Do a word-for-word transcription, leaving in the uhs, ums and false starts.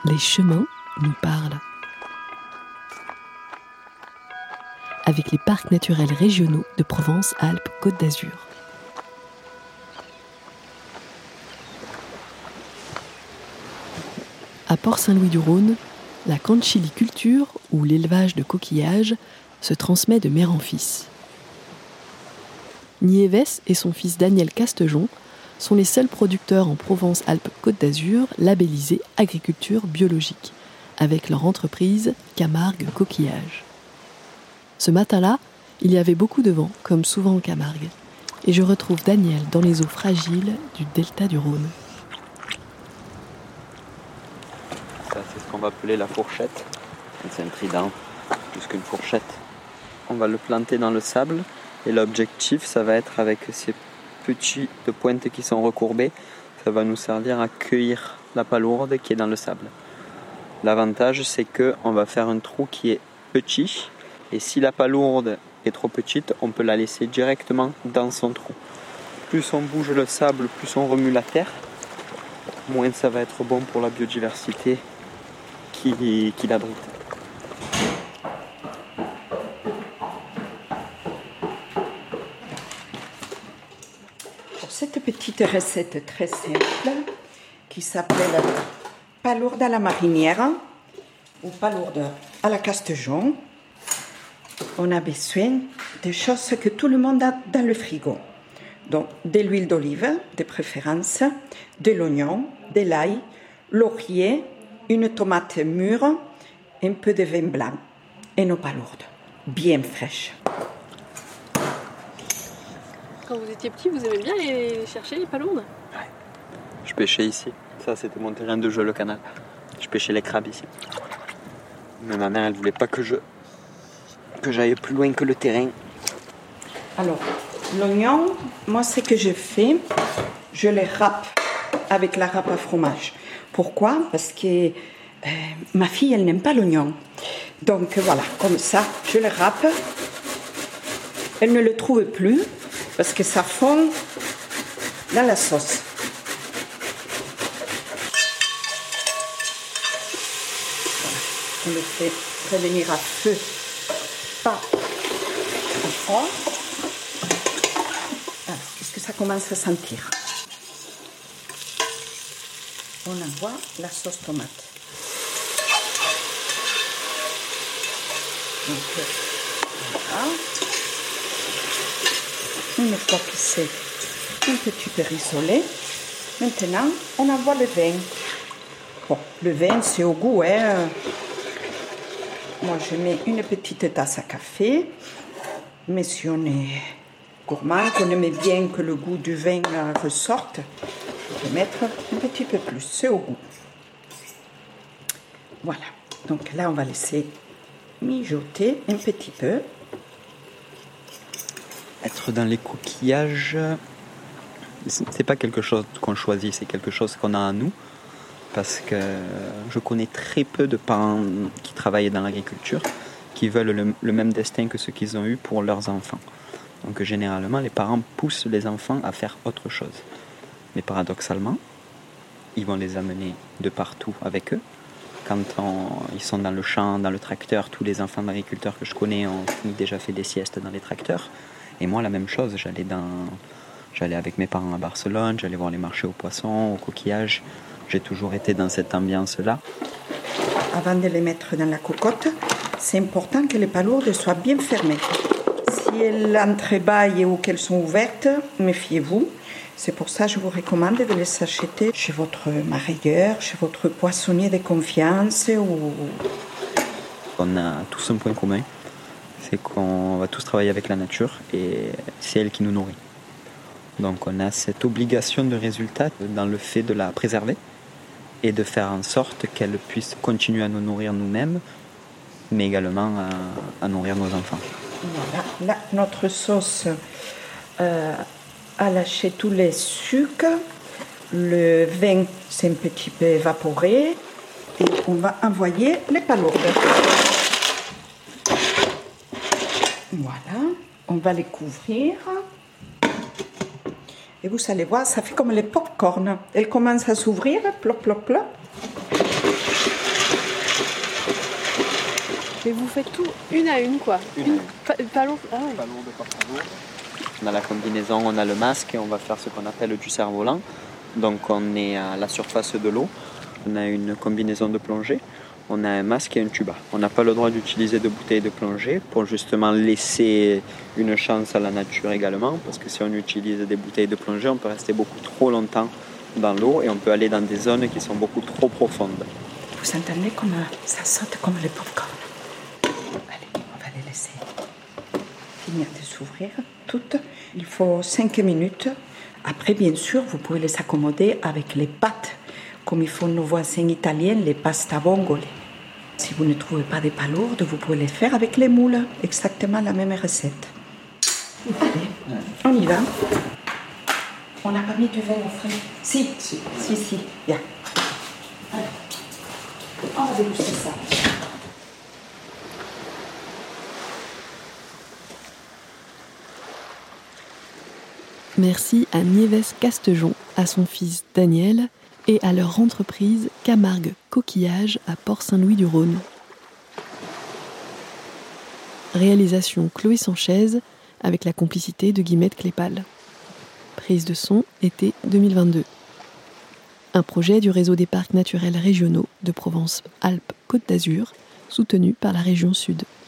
les chemins nous parlent. Avec les parcs naturels régionaux de Provence-Alpes-Côte d'Azur. À Port-Saint-Louis-du-Rhône, la conchiliculture, ou l'élevage de coquillages, se transmet de mère en fils. Nieves et son fils Daniel Castejon sont les seuls producteurs en Provence-Alpes-Côte d'Azur labellisés agriculture biologique, avec leur entreprise Camargue Coquillage. Ce matin-là, il y avait beaucoup de vent, comme souvent en Camargue, et je retrouve Daniel dans les eaux fragiles du delta du Rhône. Ça, c'est ce qu'on va appeler la fourchette. C'est un trident, plus qu'une fourchette. On va le planter dans le sable, et l'objectif, ça va être avec ces petites pointes qui sont recourbées, ça va nous servir à cueillir la palourde qui est dans le sable. L'avantage, c'est qu'on va faire un trou qui est petit, et si la palourde est trop petite, on peut la laisser directement dans son trou. Plus on bouge le sable, plus on remue la terre, moins ça va être bon pour la biodiversité qui, qui l'abrite. Pour cette petite recette très simple, qui s'appelle palourde à la marinière, ou palourde à la Castejon, on a besoin de choses que tout le monde a dans le frigo. Donc, de l'huile d'olive, de préférence, de l'oignon, de l'ail, laurier, une tomate mûre, un peu de vin blanc et nos palourdes, bien fraîches. Quand vous étiez petit, vous aimez bien les chercher, les palourdes ? Ouais. Je pêchais ici. Ça, c'était mon terrain de jeu, le canal. Je pêchais les crabes ici. Mais ma mère, elle voulait pas que je... que j'aille plus loin que le terrain. Alors, l'oignon, moi, ce que je fais, je les râpe avec la râpe à fromage. Pourquoi ? Parce que euh, ma fille, elle n'aime pas l'oignon. Donc, voilà, comme ça, je le râpe. Elle ne le trouve plus parce que ça fond dans la sauce. Voilà. On le fait revenir à feu. Pas trop fort. Alors, qu'est-ce que ça commence à sentir ? On envoie la sauce tomate. Donc, voilà. Une fois que c'est un petit peu rissolé, maintenant, on envoie le vin. Bon, le vin, c'est au goût, hein. Moi, je mets une petite tasse à café. Mais si on est gourmand, qu'on aime bien que le goût du vin ressorte, on peut mettre un petit peu plus. C'est au goût. Voilà. Donc là, on va laisser mijoter un petit peu. Être dans les coquillages, c'est pas quelque chose qu'on choisit, c'est quelque chose qu'on a en nous. Parce que je connais très peu de parents qui travaillent dans l'agriculture, qui veulent le, le même destin que ce qu'ils ont eu pour leurs enfants. Donc généralement, les parents poussent les enfants à faire autre chose. Mais paradoxalement, ils vont les amener de partout avec eux. Quand on, ils sont dans le champ, dans le tracteur, tous les enfants d'agriculteurs que je connais ont déjà fait des siestes dans les tracteurs. Et moi, la même chose, j'allais, dans, j'allais avec mes parents à Barcelone, j'allais voir les marchés aux poissons, aux coquillages. J'ai toujours été dans cette ambiance-là. Avant de les mettre dans la cocotte, c'est important que les palourdes soient bien fermées. Si elles entrebâillent ou qu'elles sont ouvertes, méfiez-vous. C'est pour ça que je vous recommande de les acheter chez votre marailleur, chez votre poissonnier de confiance. Ou... On a tous un point commun, c'est qu'on va tous travailler avec la nature et c'est elle qui nous nourrit. Donc on a cette obligation de résultat dans le fait de la préserver et de faire en sorte qu'elle puisse continuer à nous nourrir nous-mêmes, mais également à, à nourrir nos enfants. Voilà, là, notre sauce euh, a lâché tous les sucres, le vin s'est un petit peu évaporé et on va envoyer les palourdes. Voilà, on va les couvrir. Et vous allez voir, ça fait comme les pop-corn. Elles commencent à s'ouvrir, plop, plop, plop. Mais vous faites tout une à une, quoi. Une à une. Pas, pas long. Ah ouais. Pas lourd de part à lourd. On a la combinaison, on a le masque et on va faire ce qu'on appelle du cerf-volant. Donc on est à la surface de l'eau. On a une combinaison de plongée. On a un masque et un tuba. On n'a pas le droit d'utiliser de bouteilles de plongée pour justement laisser une chance à la nature également, parce que si on utilise des bouteilles de plongée, on peut rester beaucoup trop longtemps dans l'eau et on peut aller dans des zones qui sont beaucoup trop profondes. Vous entendez comme ça saute comme le popcorn. Allez, on va les laisser finir de s'ouvrir toutes. Il faut cinq minutes. Après, bien sûr, vous pouvez les accommoder avec les pâtes, comme ils font nos voisins italiens, les pasta vongole. Si vous ne trouvez pas des palourdes, vous pouvez les faire avec les moules, exactement la même recette. Allez, on y va. On n'a pas mis du vin au frais. Si, si, si, si, bien. Allez. On va déguster ça. Merci à Nieves Castejon, à son fils Daniel et à leur entreprise Camargue Coquillage à Port-Saint-Louis-du-Rhône. Réalisation Chloé Sanchez avec la complicité de Guillemette Clépal. Prise de son été deux mille vingt-deux. Un projet du réseau des parcs naturels régionaux de Provence-Alpes-Côte d'Azur, soutenu par la région Sud.